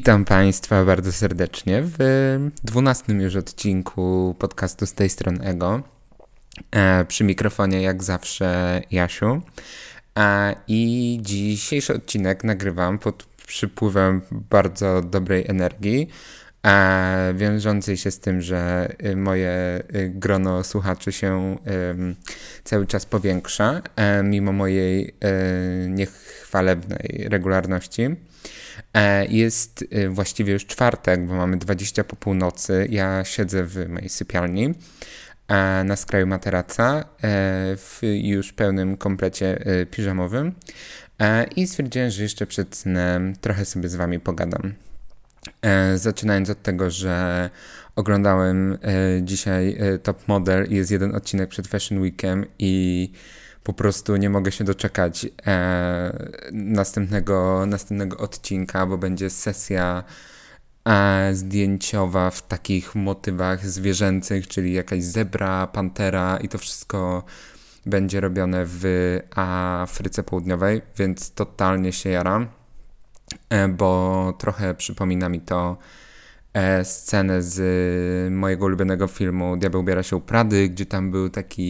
Witam Państwa bardzo serdecznie w 12 już odcinku podcastu z tej strony Ego. Przy mikrofonie jak zawsze Jasiu. I dzisiejszy odcinek nagrywam pod przypływem bardzo dobrej energii, wiążącej się z tym, że moje grono słuchaczy się cały czas powiększa, mimo mojej niechwalebnej regularności. Jest właściwie już czwartek, bo mamy 20 po północy. Ja siedzę w mojej sypialni na skraju materaca w już pełnym komplecie piżamowym i stwierdziłem, że jeszcze przed snem trochę sobie z wami pogadam. Zaczynając od tego, że oglądałem dzisiaj Top Model i jest jeden odcinek przed Fashion Weekiem i po prostu nie mogę się doczekać następnego odcinka, bo będzie sesja zdjęciowa w takich motywach zwierzęcych, czyli jakaś zebra, pantera i to wszystko będzie robione w Afryce Południowej, więc totalnie się jaram, bo trochę przypomina mi to scenę z mojego ulubionego filmu Diabeł ubiera się u Prady, gdzie tam był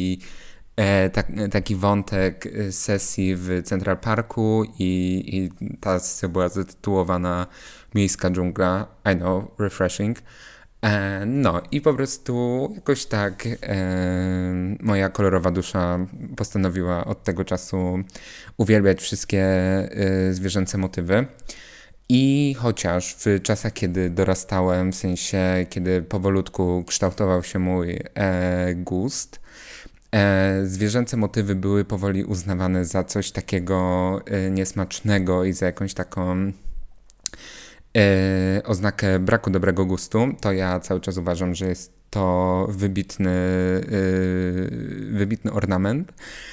taki wątek sesji w Central Parku i ta sesja była zatytułowana Miejska dżungla. I know, refreshing. No i po prostu jakoś tak moja kolorowa dusza postanowiła od tego czasu uwielbiać wszystkie zwierzęce motywy. I chociaż w czasach, kiedy dorastałem, w sensie kiedy powolutku kształtował się mój gust, zwierzęce motywy były powoli uznawane za coś takiego niesmacznego i za jakąś taką oznakę braku dobrego gustu, to ja cały czas uważam, że jest to wybitny ornament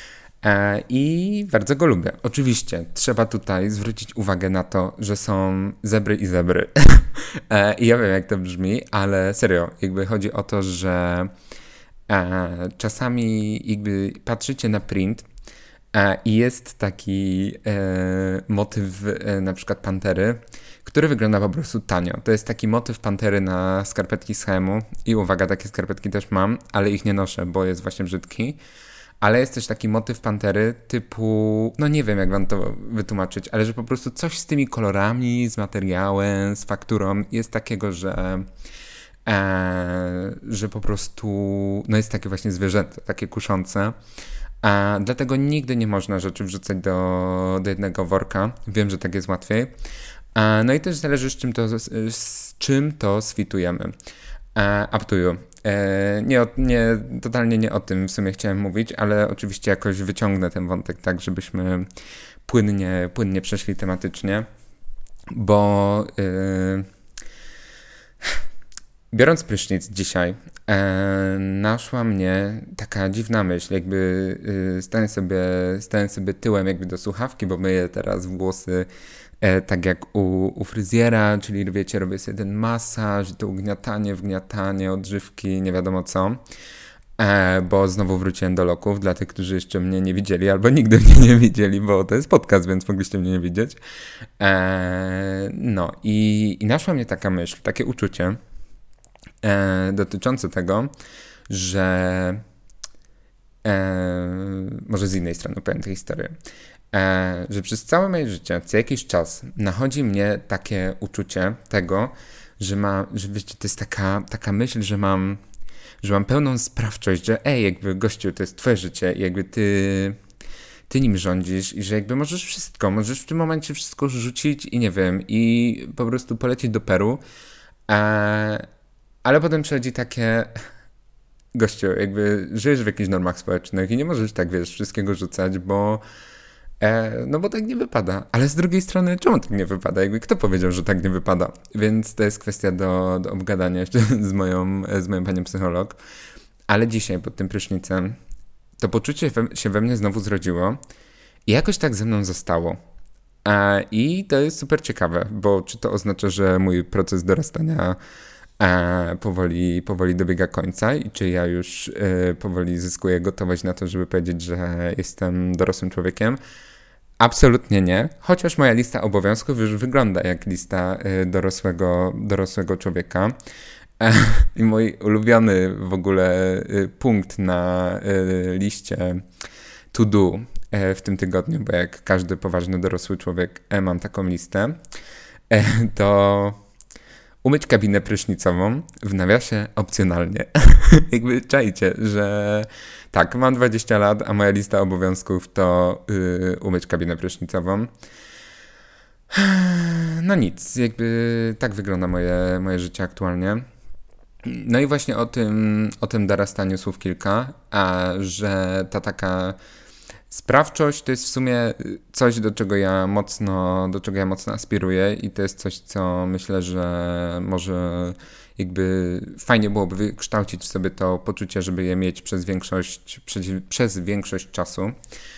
i bardzo go lubię. Oczywiście trzeba tutaj zwrócić uwagę na to, że są zebry i zebry. I ja wiem, jak to brzmi, ale serio, jakby chodzi o to, że czasami jakby patrzycie na print i jest taki motyw na przykład pantery, który wygląda po prostu tanio. To jest taki motyw pantery na skarpetki z H&M i uwaga, takie skarpetki też mam, ale ich nie noszę, bo jest właśnie brzydki. Ale jest też taki motyw pantery typu, no nie wiem jak wam to wytłumaczyć, ale że po prostu coś z tymi kolorami, z materiałem, z fakturą jest takiego, że po prostu no jest takie właśnie zwierzęce, takie kuszące. Dlatego nigdy nie można rzeczy wrzucać do jednego worka. Wiem, że tak jest łatwiej. No i też zależy z czym to sfitujemy. Up to you. Totalnie nie o tym w sumie chciałem mówić, ale oczywiście jakoś wyciągnę ten wątek tak, żebyśmy płynnie przeszli tematycznie, bo biorąc prysznic dzisiaj, naszła mnie taka dziwna myśl, jakby stałem sobie tyłem jakby do słuchawki, bo myję teraz włosy tak jak u fryzjera, czyli wiecie, robię sobie ten masaż, to wgniatanie, odżywki, nie wiadomo co, bo znowu wróciłem do loków, dla tych, którzy jeszcze mnie nie widzieli, albo nigdy mnie nie widzieli, bo to jest podcast, więc mogliście mnie nie widzieć. No i naszła mnie taka myśl, takie uczucie dotyczące tego, że może z innej strony powiem tę historię, że przez całe moje życie, co jakiś czas nachodzi mnie takie uczucie tego, że wiecie, to jest taka myśl, że mam pełną sprawczość, że jakby gościu, to jest twoje życie i jakby ty nim rządzisz i że jakby możesz w tym momencie wszystko rzucić i nie wiem, i po prostu polecieć do Peru, ale potem przychodzi takie gościu, jakby żyjesz w jakichś normach społecznych i nie możesz tak, wiesz, wszystkiego rzucać, bo tak nie wypada. Ale z drugiej strony, czemu tak nie wypada? Jakby kto powiedział, że tak nie wypada? Więc to jest kwestia do obgadania jeszcze z moją panią psycholog. Ale dzisiaj pod tym prysznicem to poczucie się we mnie znowu zrodziło i jakoś tak ze mną zostało. I to jest super ciekawe, bo czy to oznacza, że mój proces dorastania powoli dobiega końca i czy ja już powoli zyskuję gotowość na to, żeby powiedzieć, że jestem dorosłym człowiekiem, Absolutnie nie, chociaż moja lista obowiązków już wygląda jak lista dorosłego człowieka. I mój ulubiony w ogóle punkt na liście to do w tym tygodniu, bo jak każdy poważny dorosły człowiek mam taką listę, to umyć kabinę prysznicową, w nawiasie opcjonalnie. Jakby czajcie, że tak, mam 20 lat, a moja lista obowiązków to umyć kabinę prysznicową. No nic, jakby tak wygląda moje życie aktualnie. No i właśnie o tym dorastaniu słów kilka, a że ta taka sprawczość to jest w sumie coś, do czego ja mocno aspiruję i to jest coś, co myślę, że może jakby fajnie byłoby wykształcić sobie to poczucie, żeby je mieć przez większość czasu.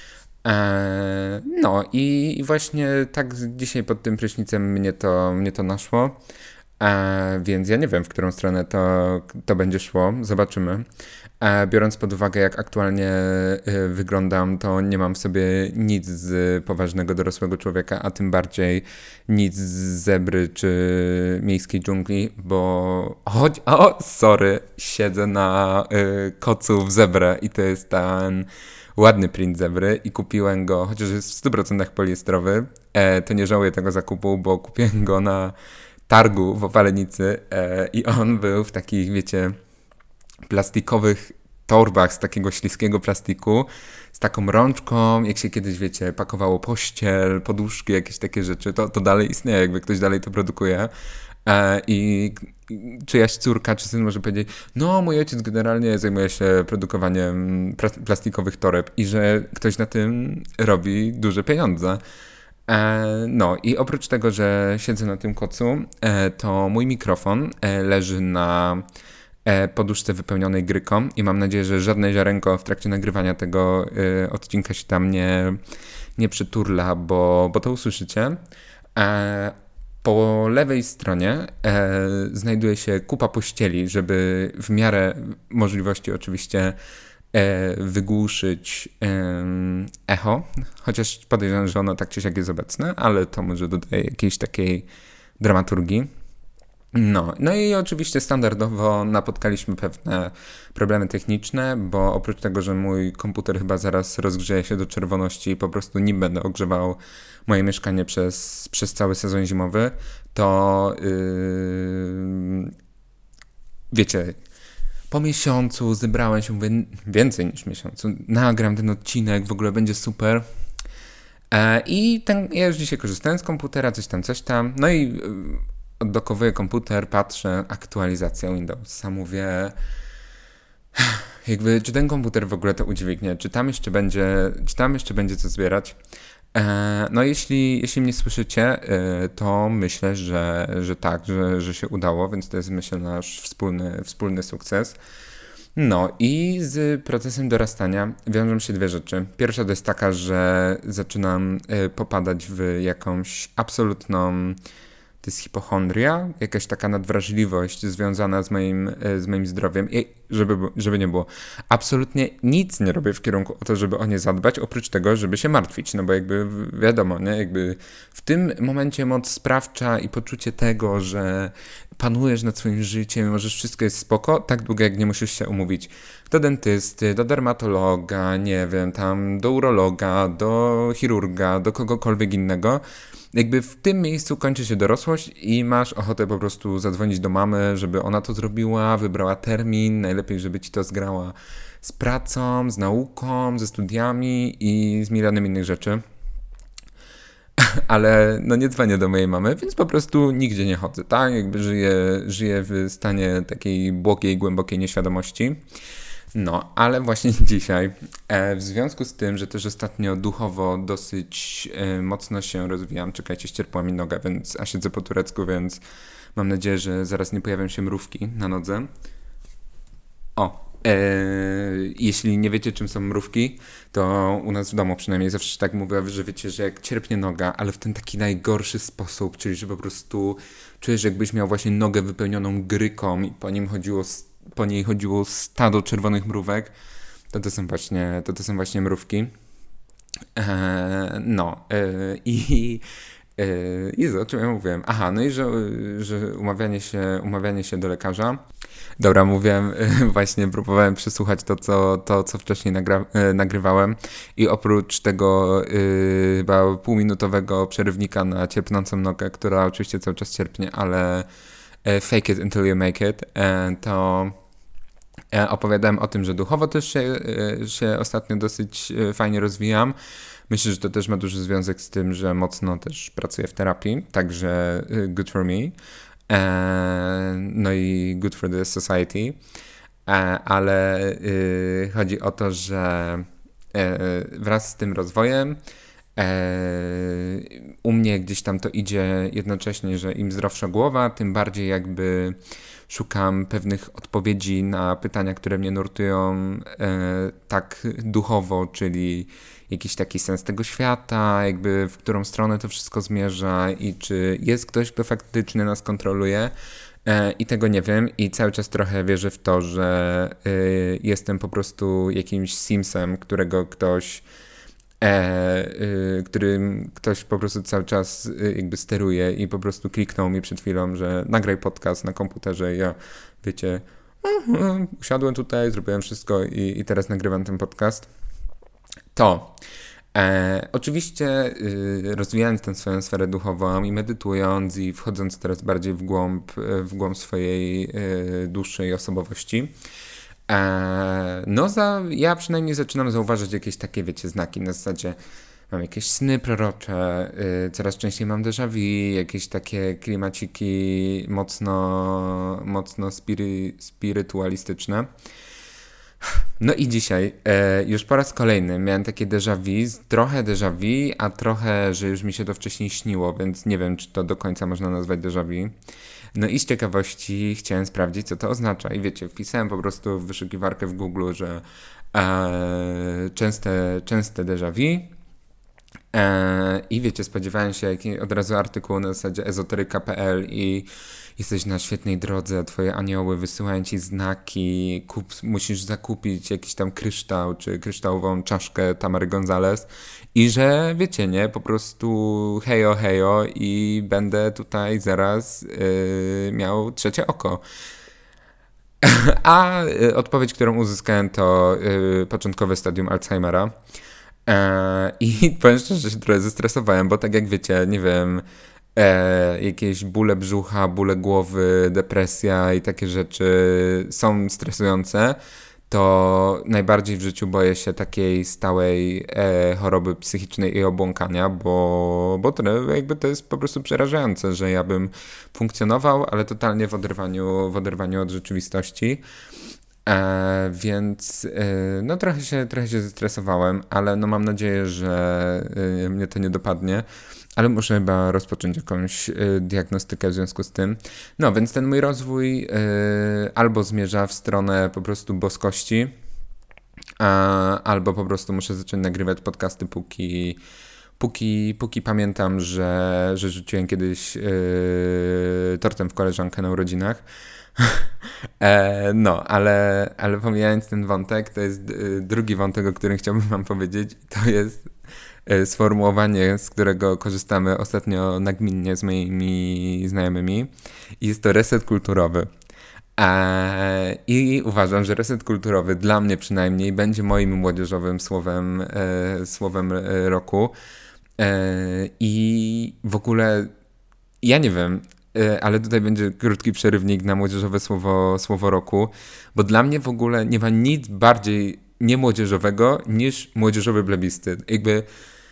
No i właśnie tak dzisiaj pod tym prysznicem mnie to naszło. Więc ja nie wiem, w którą stronę to będzie szło. Zobaczymy. Biorąc pod uwagę, jak aktualnie wyglądam, to nie mam w sobie nic z poważnego dorosłego człowieka, a tym bardziej nic z zebry czy miejskiej dżungli, bo siedzę na kocu w zebrę i to jest ten ładny print zebry i kupiłem go, chociaż jest w 100% poliestrowy, to nie żałuję tego zakupu, bo kupiłem go na targu w Opalenicy i on był w takich, wiecie, plastikowych torbach z takiego śliskiego plastiku, z taką rączką, jak się kiedyś, wiecie, pakowało pościel, poduszki, jakieś takie rzeczy, to dalej istnieje, jakby ktoś dalej to produkuje. I czyjaś córka czy syn może powiedzieć, no mój ojciec generalnie zajmuje się produkowaniem plastikowych toreb i że ktoś na tym robi duże pieniądze. No i oprócz tego, że siedzę na tym kocu, to mój mikrofon leży na poduszce wypełnionej gryką i mam nadzieję, że żadne ziarenko w trakcie nagrywania tego odcinka się tam nie przyturla, bo to usłyszycie. Po lewej stronie znajduje się kupa pościeli, żeby w miarę możliwości oczywiście wygłuszyć echo, chociaż podejrzewam, że ono tak czy siak jest obecne, ale to może dodaje jakiejś takiej dramaturgii. No i oczywiście standardowo napotkaliśmy pewne problemy techniczne, bo oprócz tego, że mój komputer chyba zaraz rozgrzeje się do czerwoności i po prostu nim będę ogrzewał moje mieszkanie przez cały sezon zimowy, to wiecie, po miesiącu zebrałem się, mówię, więcej niż miesiącu, nagram ten odcinek, w ogóle będzie super. Ja już dzisiaj korzystałem z komputera, coś tam, no i oddokowuję komputer, patrzę, aktualizacja Windowsa, mówię, jakby, czy ten komputer w ogóle to udźwignie, czy tam jeszcze będzie co zbierać. No jeśli mnie słyszycie, to myślę, że tak, że się udało, więc to jest, myślę, nasz wspólny sukces. No i z procesem dorastania wiążą się dwie rzeczy. Pierwsza to jest taka, że zaczynam popadać w jakąś absolutną, to jest hipochondria, jakaś taka nadwrażliwość związana z moim zdrowiem. I żeby nie było, absolutnie nic nie robię w kierunku o to, żeby o nie zadbać, oprócz tego, żeby się martwić, no bo jakby wiadomo, nie, jakby w tym momencie moc sprawcza i poczucie tego, że panujesz nad swoim życiem, możesz, wszystko jest spoko, tak długo jak nie musisz się umówić do dentysty, do dermatologa, nie wiem, tam do urologa, do chirurga, do kogokolwiek innego. Jakby w tym miejscu kończy się dorosłość i masz ochotę po prostu zadzwonić do mamy, żeby ona to zrobiła, wybrała termin, najlepiej, żeby ci to zgrała z pracą, z nauką, ze studiami i z milionem innych rzeczy. Ale no nie dzwonię do mojej mamy, więc po prostu nigdzie nie chodzę, tak? Jakby żyję w stanie takiej błogiej, głębokiej nieświadomości. No, ale właśnie dzisiaj, w związku z tym, że też ostatnio duchowo dosyć mocno się rozwijam, czekajcie, ścierpła mi noga, a siedzę po turecku, więc mam nadzieję, że zaraz nie pojawią się mrówki na nodze. Jeśli nie wiecie, czym są mrówki, to u nas w domu przynajmniej zawsze tak mówię, że wiecie, że jak cierpnie noga, ale w ten taki najgorszy sposób, czyli że po prostu czujesz, jakbyś miał właśnie nogę wypełnioną gryką i po niej chodziło stado czerwonych mrówek, to są właśnie mrówki. I Jezu, o czym ja mówiłem? Aha, no i że umawianie się do lekarza. Dobra, mówiłem, właśnie próbowałem przesłuchać to, co wcześniej nagrywałem i oprócz tego chyba półminutowego przerywnika na cierpnącą nogę, która oczywiście cały czas cierpnie, ale fake it until you make it, to opowiadałem o tym, że duchowo też się ostatnio dosyć fajnie rozwijam. Myślę, że to też ma duży związek z tym, że mocno też pracuję w terapii, także good for me. No i good for the society. Ale chodzi o to, że wraz z tym rozwojem u mnie gdzieś tam to idzie jednocześnie, że im zdrowsza głowa, tym bardziej jakby szukam pewnych odpowiedzi na pytania, które mnie nurtują tak duchowo, czyli jakiś taki sens tego świata, jakby w którą stronę to wszystko zmierza i czy jest ktoś, kto faktycznie nas kontroluje. I tego nie wiem i cały czas trochę wierzę w to, że jestem po prostu jakimś Simsem, którym ktoś po prostu cały czas jakby steruje i po prostu kliknął mi przed chwilą, że nagraj podcast na komputerze i ja, wiecie, usiadłem tutaj, zrobiłem wszystko i teraz nagrywam ten podcast. Oczywiście rozwijając tę swoją sferę duchową i medytując i wchodząc teraz bardziej w głąb swojej duszy i osobowości, ja przynajmniej zaczynam zauważać jakieś takie, wiecie, znaki na zasadzie mam jakieś sny prorocze, coraz częściej mam déjà vu, jakieś takie klimaciki mocno spirytualistyczne. No i dzisiaj już po raz kolejny miałem takie trochę déjà vu, a trochę, że już mi się to wcześniej śniło, więc nie wiem, czy to do końca można nazwać déjà vu. No i z ciekawości chciałem sprawdzić, co to oznacza. I wiecie, wpisałem po prostu w wyszukiwarkę w Google, że częste déjà vu. I wiecie, spodziewałem się od razu artykułu na zasadzie ezoteryka.pl i jesteś na świetnej drodze, twoje anioły wysyłają ci znaki, musisz zakupić jakiś tam kryształ, czy kryształową czaszkę Tamary Gonzalez i że wiecie, nie, po prostu hejo, hejo i będę tutaj zaraz miał trzecie oko. A odpowiedź, którą uzyskałem, to początkowe stadium Alzheimera. I powiem szczerze, że się trochę zestresowałem, bo tak jak wiecie, nie wiem, jakieś bóle brzucha, bóle głowy, depresja i takie rzeczy są stresujące, to najbardziej w życiu boję się takiej stałej choroby psychicznej i obłąkania, bo jakby to jest po prostu przerażające, że ja bym funkcjonował, ale totalnie w oderwaniu od rzeczywistości. Więc no trochę się zestresowałem, ale no mam nadzieję, że mnie to nie dopadnie. Ale muszę chyba rozpocząć jakąś diagnostykę w związku z tym. No, więc ten mój rozwój albo zmierza w stronę po prostu boskości, albo po prostu muszę zacząć nagrywać podcasty, póki pamiętam, że rzuciłem kiedyś tortem w koleżankę na urodzinach. No, ale pomijając ten wątek, to jest drugi wątek, o którym chciałbym wam powiedzieć. To jest sformułowanie, z którego korzystamy ostatnio nagminnie z moimi znajomymi. Jest to reset kulturowy. I uważam, że reset kulturowy dla mnie przynajmniej będzie moim młodzieżowym słowem roku. I w ogóle ja nie wiem, ale tutaj będzie krótki przerywnik na młodzieżowe słowo roku, bo dla mnie w ogóle nie ma nic bardziej niemłodzieżowego niż młodzieżowy plebiscyt. Jakby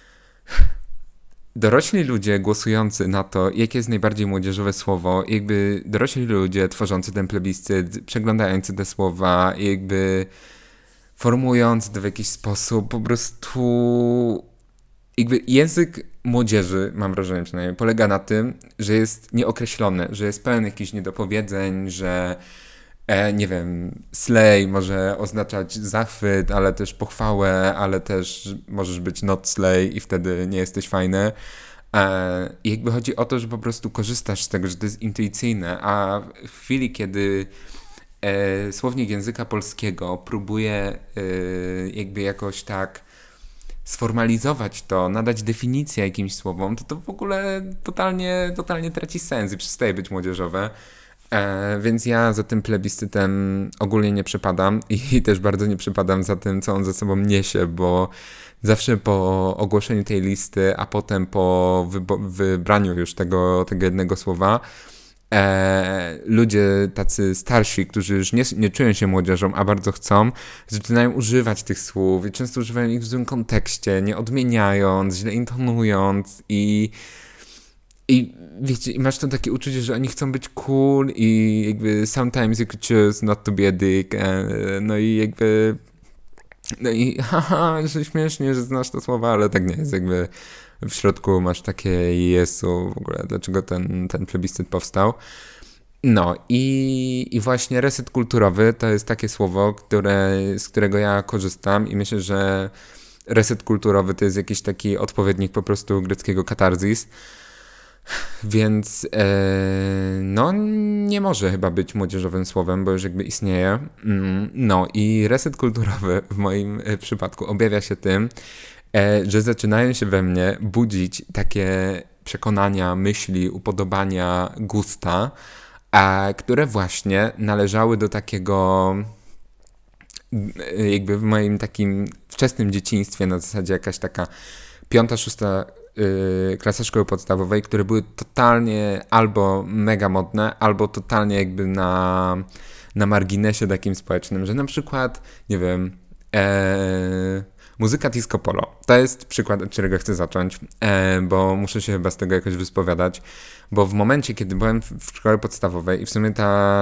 dorośli ludzie głosujący na to, jakie jest najbardziej młodzieżowe słowo, jakby dorośli ludzie tworzący ten plebiscyt, przeglądający te słowa, jakby formułujący to w jakiś sposób, po prostu jakby język młodzieży, mam wrażenie przynajmniej, polega na tym, że jest nieokreślony, że jest pełen jakichś niedopowiedzeń, że nie wiem, slay może oznaczać zachwyt, ale też pochwałę, ale też możesz być not slay i wtedy nie jesteś fajny. I jakby chodzi o to, że po prostu korzystasz z tego, że to jest intuicyjne, a w chwili, kiedy słownik języka polskiego próbuje jakby jakoś tak sformalizować to, nadać definicję jakimś słowom, to w ogóle totalnie traci sens i przestaje być młodzieżowe. Więc ja za tym plebiscytem ogólnie nie przepadam i też bardzo nie przepadam za tym, co on ze sobą niesie, bo zawsze po ogłoszeniu tej listy, a potem po wybraniu już tego jednego słowa, ludzie tacy starsi, którzy już nie czują się młodzieżą, a bardzo chcą, zaczynają używać tych słów i często używają ich w złym kontekście, nie odmieniając, źle intonując i wiecie, i masz to takie uczucie, że oni chcą być cool i jakby sometimes you could choose not to be a dick, no i jakby no i haha, że śmiesznie, że znasz te słowa, ale tak nie jest, jakby w środku masz takie Jezu, w ogóle dlaczego ten plebiscyt powstał. No i właśnie reset kulturowy to jest takie słowo, z którego ja korzystam i myślę, że reset kulturowy to jest jakiś taki odpowiednik po prostu greckiego katarzis. Więc no nie może chyba być młodzieżowym słowem, bo już jakby istnieje. No i reset kulturowy w moim przypadku objawia się tym, że zaczynają się we mnie budzić takie przekonania, myśli, upodobania, gusta, które właśnie należały do takiego jakby w moim takim wczesnym dzieciństwie, na zasadzie jakaś taka 5., 6. Klasa szkoły podstawowej, które były totalnie albo mega modne, albo totalnie jakby na marginesie takim społecznym, że na przykład, nie wiem, muzyka disco polo. To jest przykład, od którego chcę zacząć, bo muszę się chyba z tego jakoś wyspowiadać, bo w momencie, kiedy byłem w szkole podstawowej i w sumie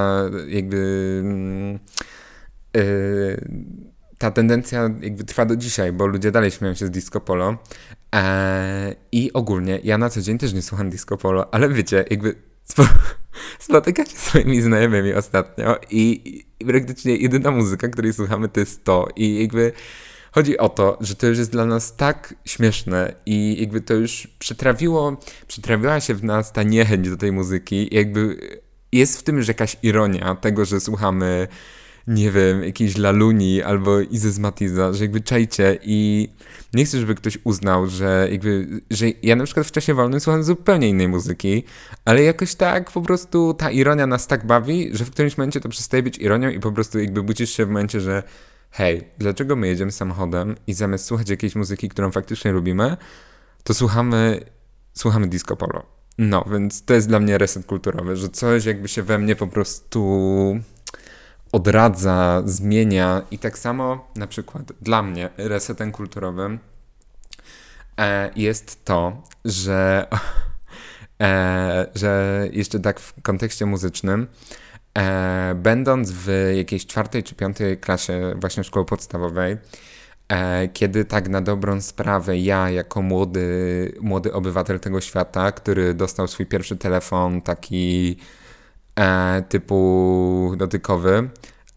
ta tendencja jakby trwa do dzisiaj, bo ludzie dalej śmieją się z disco polo. I ogólnie ja na co dzień też nie słucham disco polo, ale wiecie, jakby spotykam się z swoimi znajomymi ostatnio i praktycznie jedyna muzyka, której słuchamy, to jest to. I jakby chodzi o to, że to już jest dla nas tak śmieszne i jakby to już przetrawiła się w nas ta niechęć do tej muzyki i jakby jest w tym już jakaś ironia tego, że słuchamy, nie wiem, jakiejś Laluni albo Izzy Matiza, że jakby czajcie i nie chcę, żeby ktoś uznał, że ja na przykład w czasie wolnym słucham zupełnie innej muzyki, ale jakoś tak po prostu ta ironia nas tak bawi, że w którymś momencie to przestaje być ironią i po prostu jakby budzisz się w momencie, że hej, dlaczego my jedziemy samochodem i zamiast słuchać jakiejś muzyki, którą faktycznie lubimy, to słuchamy disco polo. No, więc to jest dla mnie reset kulturowy, że coś jakby się we mnie po prostu odradza, zmienia i tak samo na przykład dla mnie resetem kulturowym jest to, że jeszcze tak w kontekście muzycznym, będąc w jakiejś 4. czy 5. klasie właśnie szkoły podstawowej, kiedy tak na dobrą sprawę ja jako młody obywatel tego świata, który dostał swój pierwszy telefon taki typu dotykowy,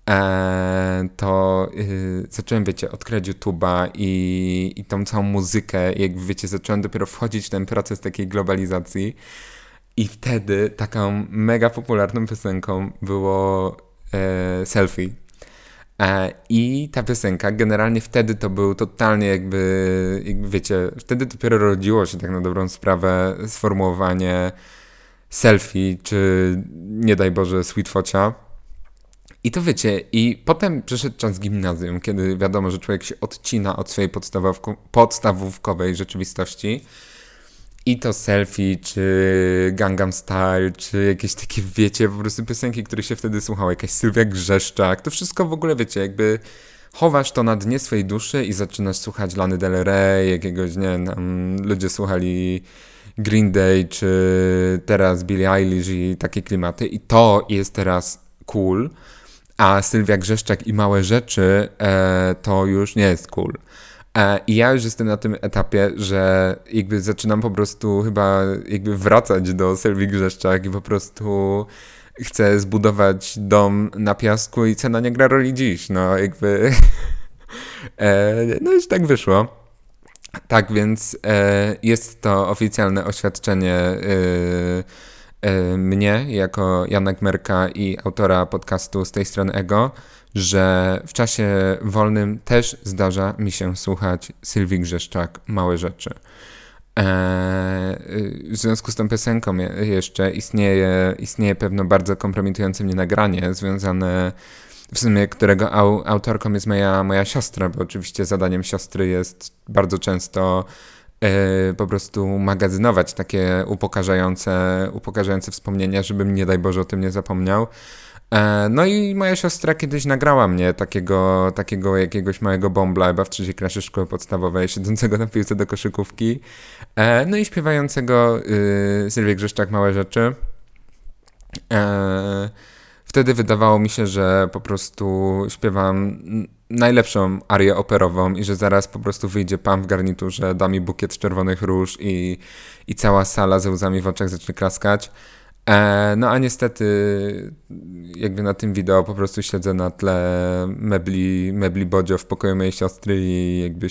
to zacząłem, wiecie, odkrywać YouTube'a i tą całą muzykę, jak wiecie, zacząłem dopiero wchodzić w ten proces takiej globalizacji i wtedy taką mega popularną piosenką było Selfie. I ta piosenka, generalnie wtedy to był totalnie jakby wiecie, wtedy dopiero rodziło się tak na dobrą sprawę sformułowanie selfie, czy nie daj Boże Sweet Focia. I to wiecie, i potem przyszedł czas gimnazjum, kiedy wiadomo, że człowiek się odcina od swojej podstawówkowej rzeczywistości. I to Selfie, czy Gangnam Style, czy jakieś takie, wiecie, po prostu piosenki, które się wtedy słuchało, jakaś Sylwia Grzeszczak, to wszystko w ogóle, wiecie, jakby chowasz to na dnie swojej duszy i zaczynasz słuchać Lany Del Rey, jakiegoś, nie wiem, ludzie słuchali Green Day, czy teraz Billie Eilish i takie klimaty i to jest teraz cool, a Sylwia Grzeszczak i Małe Rzeczy to już nie jest cool. I ja już jestem na tym etapie, że jakby zaczynam po prostu chyba jakby wracać do Sylwii Grzeszczak i po prostu chcę zbudować dom na piasku i cena nie gra roli dziś, no jakby no już tak wyszło. Tak więc jest to oficjalne oświadczenie mnie, jako Janek Merka i autora podcastu z tej strony Ego, że w czasie wolnym też zdarza mi się słuchać Sylwii Grzeszczak Małe Rzeczy. W związku z tą piosenką jeszcze istnieje pewno bardzo kompromitujące mnie nagranie związane, w sumie którego autorką jest moja siostra, bo oczywiście zadaniem siostry jest bardzo często po prostu magazynować takie upokarzające wspomnienia, żebym nie daj Boże o tym nie zapomniał. No i moja siostra kiedyś nagrała mnie takiego jakiegoś małego bąbla chyba w trzeciej klasie szkoły podstawowej, siedzącego na piłce do koszykówki, no i śpiewającego Sylwię Grzeszczak Małe Rzeczy. Wtedy wydawało mi się, że po prostu śpiewam najlepszą arię operową i że zaraz po prostu wyjdzie pan w garniturze, da mi bukiet czerwonych róż i cała sala ze łzami w oczach zacznie klaskać. No a niestety jakby na tym wideo po prostu siedzę na tle mebli Bodzio w pokoju mojej siostry i jakby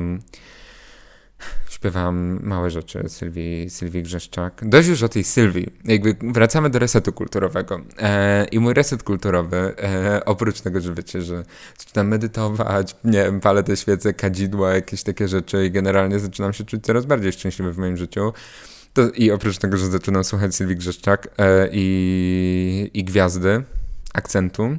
śpiewam Małe Rzeczy Sylwii Grzeszczak. Dość już o tej Sylwii. Jakby wracamy do resetu kulturowego. I mój reset kulturowy, oprócz tego, że wiecie, że zaczynam medytować, nie wiem, palę te świece, kadzidła, jakieś takie rzeczy i generalnie zaczynam się czuć coraz bardziej szczęśliwy w moim życiu. I oprócz tego, że zaczynam słuchać Sylwii Grzeszczak i Gwiazdy, akcentu,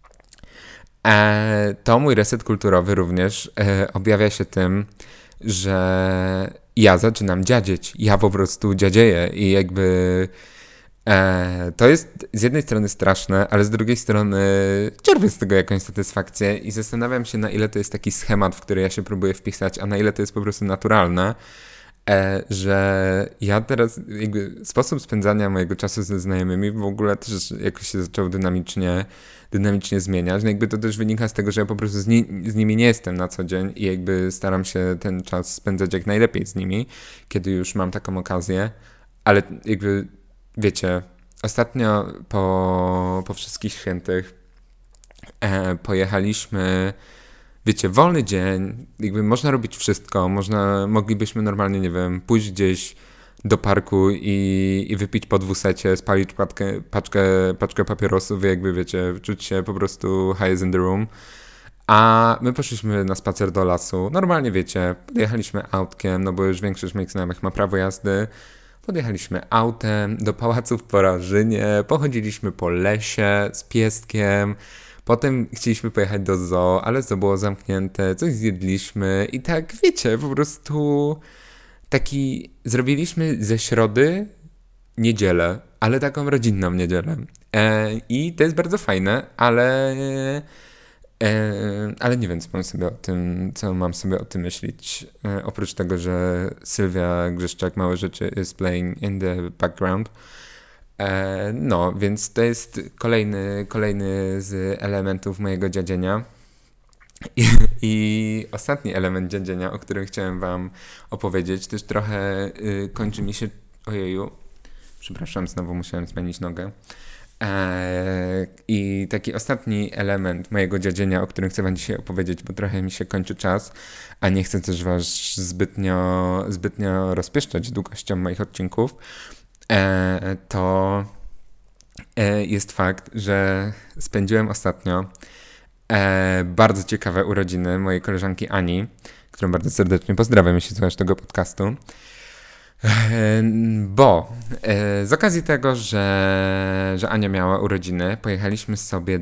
to mój reset kulturowy również objawia się tym, że ja zaczynam dziadzieć. Ja po prostu dziadzieję i jakby to jest z jednej strony straszne, ale z drugiej strony czerpię z tego jakąś satysfakcję i zastanawiam się, na ile to jest taki schemat, w który ja się próbuję wpisać, a na ile to jest po prostu naturalne, że ja teraz jakby sposób spędzania mojego czasu ze znajomymi w ogóle też jakoś się zaczął dynamicznie zmieniać. No jakby to też wynika z tego, że ja po prostu z nimi nie jestem na co dzień i jakby staram się ten czas spędzać jak najlepiej z nimi, kiedy już mam taką okazję, ale jakby wiecie, ostatnio po wszystkich świętych pojechaliśmy. Wiecie, wolny dzień, jakby można robić wszystko, moglibyśmy normalnie, nie wiem, pójść gdzieś do parku i wypić po 200, spalić paczkę papierosów, jakby wiecie, czuć się po prostu high is in the room. A my poszliśmy na spacer do lasu, normalnie wiecie, podjechaliśmy autkiem, no bo już większość moich znajomych ma prawo jazdy. Podjechaliśmy autem do Pałacu w Porażynie, pochodziliśmy po lesie z pieskiem. Potem chcieliśmy pojechać do zoo, ale zoo było zamknięte, coś zjedliśmy i tak, wiecie, po prostu zrobiliśmy ze środy niedzielę, ale taką rodzinną niedzielę. I to jest bardzo fajne, ale nie wiem, co mam sobie o tym myśleć. Oprócz tego, że Sylwia Grzeszczak Małe Rzeczy is playing in the background. No, więc to jest kolejny z elementów mojego dziadzienia. I ostatni element dziadzienia, o którym chciałem wam opowiedzieć, też trochę kończy mi się... Ojeju, przepraszam, znowu musiałem zmienić nogę. I taki ostatni element mojego dziadzienia, o którym chcę wam dzisiaj opowiedzieć, bo trochę mi się kończy czas, a nie chcę też was zbytnio rozpieszczać długością moich odcinków, to jest fakt, że spędziłem ostatnio bardzo ciekawe urodziny mojej koleżanki Ani, którą bardzo serdecznie pozdrawiam, jeśli słuchasz tego podcastu. Bo z okazji tego, że Ania miała urodziny, pojechaliśmy sobie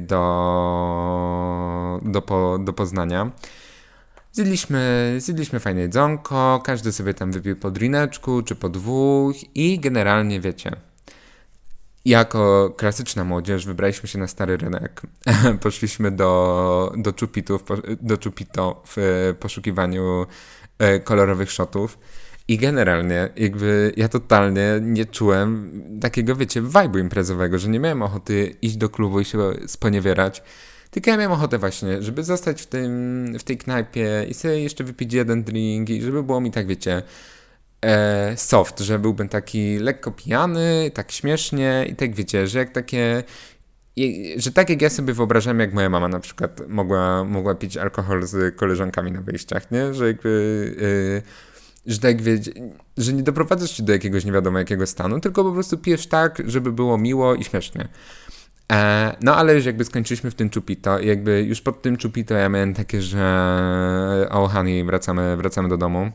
do Poznania. Zjedliśmy fajne jedzonko, każdy sobie tam wypił po drineczku czy po dwóch i generalnie wiecie, jako klasyczna młodzież wybraliśmy się na Stary Rynek. Poszliśmy do Chupito w poszukiwaniu kolorowych shotów. I generalnie jakby ja totalnie nie czułem takiego, wiecie, vibe'u imprezowego, że nie miałem ochoty iść do klubu i się sponiewierać, tylko ja miałem ochotę właśnie, żeby zostać w tej knajpie i sobie jeszcze wypić jeden drink i żeby było mi tak, wiecie, soft, że byłbym taki lekko pijany, tak śmiesznie i tak wiecie, że że tak jak ja sobie wyobrażam, jak moja mama na przykład mogła pić alkohol z koleżankami na wyjściach, nie? Że jakby że tak że nie doprowadzasz się do jakiegoś nie wiadomo jakiego stanu, tylko po prostu pijesz tak, żeby było miło i śmiesznie. No ale już jakby skończyliśmy w tym Chupito i jakby już pod tym Chupito ja miałem takie, że honey, wracamy do domu.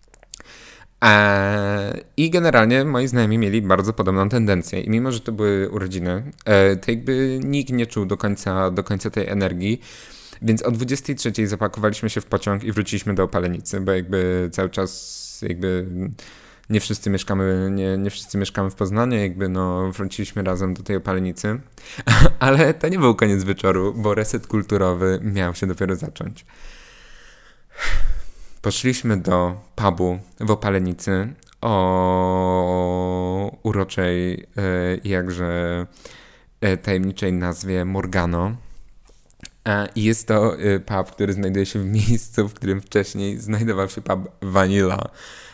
I generalnie moi znajomi mieli bardzo podobną tendencję i mimo, że to były urodziny, to jakby nikt nie czuł do końca tej energii, więc o 23:00 zapakowaliśmy się w pociąg i wróciliśmy do Opalenicy, bo jakby cały czas jakby nie wszyscy mieszkamy w Poznaniu, jakby no wróciliśmy razem do tej Opalenicy, ale to nie był koniec wieczoru, bo reset kulturowy miał się dopiero zacząć. Poszliśmy do pubu w Opalenicy o uroczej, jakże tajemniczej nazwie Morgano. I jest to pub, który znajduje się w miejscu, w którym wcześniej znajdował się pub Vanilla.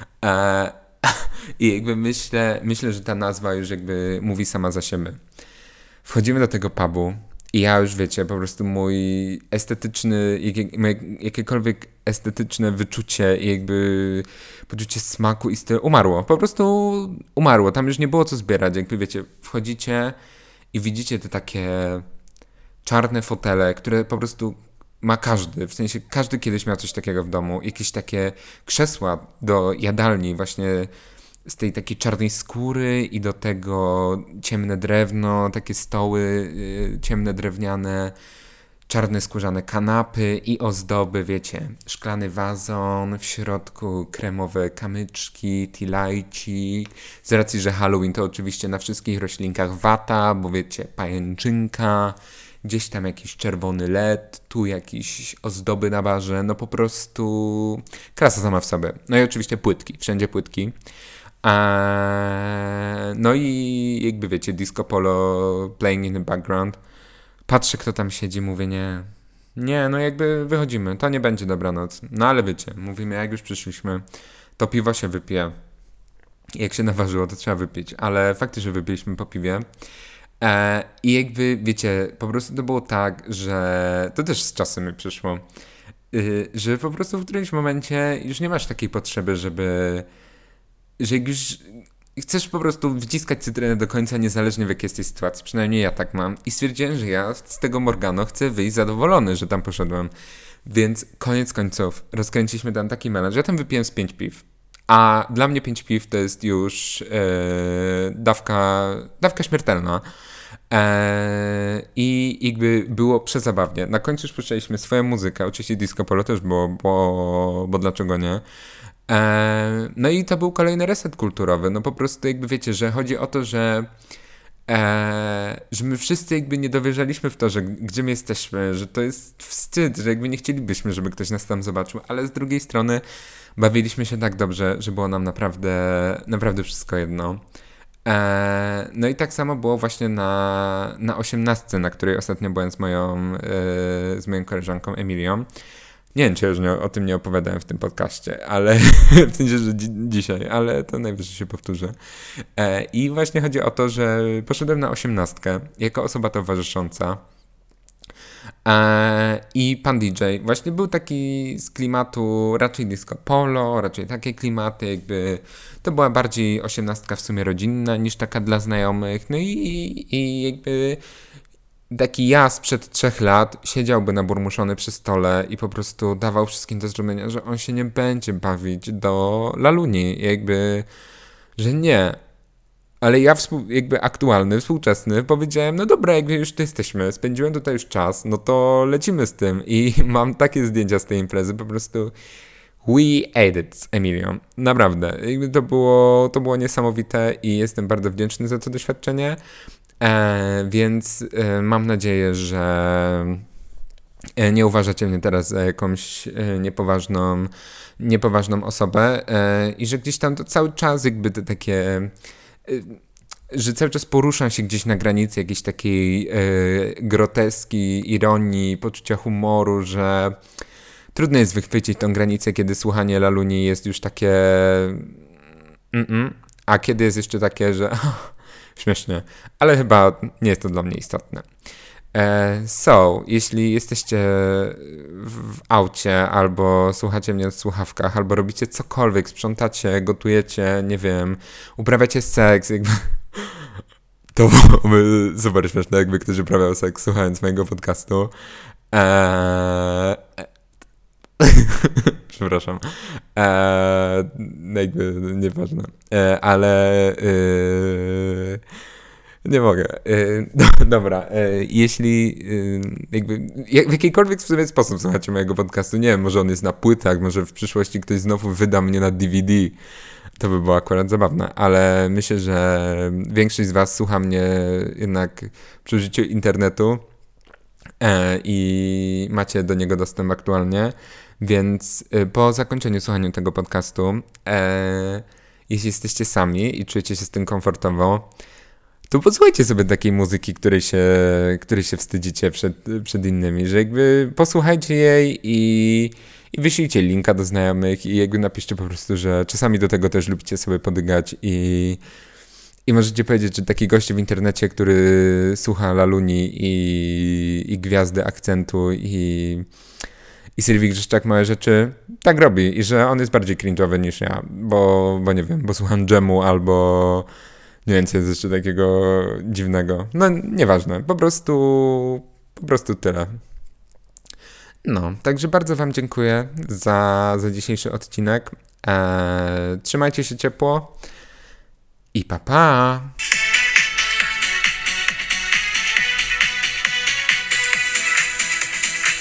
I jakby myślę, że ta nazwa już jakby mówi sama za siebie. Wchodzimy do tego pubu i ja już wiecie, po prostu mój estetyczny, jakiekolwiek estetyczne wyczucie i jakby poczucie smaku i stylu umarło. Po prostu umarło. Tam już nie było co zbierać. Jakby wiecie, wchodzicie i widzicie te takie czarne fotele, które po prostu ma każdy. W sensie każdy kiedyś miał coś takiego w domu. Jakieś takie krzesła do jadalni właśnie z tej takiej czarnej skóry i do tego ciemne drewno, takie stoły ciemne drewniane, czarne skórzane kanapy i ozdoby, wiecie, szklany wazon, w środku kremowe kamyczki, tilajci. Z racji, że Halloween to oczywiście na wszystkich roślinkach wata, bo wiecie, pajęczynka, gdzieś tam jakiś czerwony led, tu jakieś ozdoby na barze, no po prostu klasa sama w sobie. No i oczywiście płytki, wszędzie płytki. No i jakby wiecie, disco polo playing in the background. Patrzę, kto tam siedzi, mówię nie, no jakby wychodzimy, to nie będzie dobranoc. No ale wiecie, mówimy, jak już przyszliśmy, to piwo się wypije. Jak się naważyło, to trzeba wypić, ale faktycznie wypiliśmy po piwie. I jakby, wiecie, po prostu to było tak, że to też z czasem mi przyszło, że po prostu w którymś momencie już nie masz takiej potrzeby, że jak już chcesz po prostu wciskać cytrynę do końca, niezależnie w jakiej jesteś sytuacji. Przynajmniej ja tak mam. I stwierdziłem, że ja z tego Morgano chcę wyjść zadowolony, że tam poszedłem. Więc koniec końców rozkręciliśmy tam taki melanż. Ja tam wypiłem z 5 piw. A dla mnie 5 piw to jest już dawka śmiertelna. I jakby było przezabawnie. Na końcu już puszczaliśmy swoją muzykę. Oczywiście disco polo też było, bo dlaczego nie? No i to był kolejny reset kulturowy. No po prostu jakby wiecie, że chodzi o to, że my wszyscy jakby nie dowierzaliśmy w to, że gdzie my jesteśmy, że to jest wstyd, że jakby nie chcielibyśmy, żeby ktoś nas tam zobaczył, ale z drugiej strony bawiliśmy się tak dobrze, że było nam naprawdę wszystko jedno. No i tak samo było właśnie na 18, na której ostatnio byłem z moją koleżanką Emilią. Nie wiem, czy już o tym nie opowiadałem w tym podcaście, ale w sensie, że dzisiaj, ale to najwyżej się powtórzę. I właśnie chodzi o to, że poszedłem na 18 jako osoba towarzysząca. I pan DJ właśnie był taki z klimatu raczej disco polo, raczej takie klimaty, jakby to była bardziej 18 w sumie rodzinna niż taka dla znajomych. No i jakby taki ja sprzed 3 lat siedziałby naburmuszony przy stole i po prostu dawał wszystkim do zrozumienia, że on się nie będzie bawić do laluni, jakby, że nie. Ale ja jakby aktualny, współczesny powiedziałem, no dobra, jakby już tu jesteśmy, spędziłem tutaj już czas, no to lecimy z tym. I mam takie zdjęcia z tej imprezy, po prostu we ate it z Emilią. Naprawdę, jakby to było niesamowite i jestem bardzo wdzięczny za to doświadczenie. Więc mam nadzieję, że nie uważacie mnie teraz za jakąś niepoważną osobę i że gdzieś tam to cały czas jakby te takie, że cały czas poruszam się gdzieś na granicy jakiejś takiej groteski, ironii, poczucia humoru, że trudno jest wychwycić tą granicę, kiedy słuchanie Laluni jest już takie a kiedy jest jeszcze takie, że śmiesznie, ale chyba nie jest to dla mnie istotne. Jeśli jesteście w aucie, albo słuchacie mnie w słuchawkach, albo robicie cokolwiek, sprzątacie, gotujecie, nie wiem, uprawiacie seks, jakby... To byłoby super śmieszne, jakby ktoś uprawiał seks słuchając mojego podcastu. Przepraszam. Jakby nieważne. Nie mogę. Dobra. Jeśli w jakikolwiek w sobie sposób słuchacie mojego podcastu, nie wiem, może on jest na płytach, może w przyszłości ktoś znowu wyda mnie na DVD. To by było akurat zabawne, ale myślę, że większość z was słucha mnie jednak przy użyciu internetu i macie do niego dostęp aktualnie, więc po zakończeniu słuchania tego podcastu, jeśli jesteście sami i czujecie się z tym komfortowo, to posłuchajcie sobie takiej muzyki, której się wstydzicie przed innymi, że jakby posłuchajcie jej i wyślijcie linka do znajomych i jakby napiszcie po prostu, że czasami do tego też lubicie sobie podygać i możecie powiedzieć, że taki gość w internecie, który słucha Laluni i Gwiazdy Akcentu i Sylwii Grzeszczak Małe Rzeczy, tak robi i że on jest bardziej cringe'owy niż ja, bo nie wiem, bo słucham dżemu albo nie wiem, co jest jeszcze takiego dziwnego. No, nieważne, po prostu tyle. No, także bardzo wam dziękuję za dzisiejszy odcinek. Trzymajcie się ciepło i pa pa!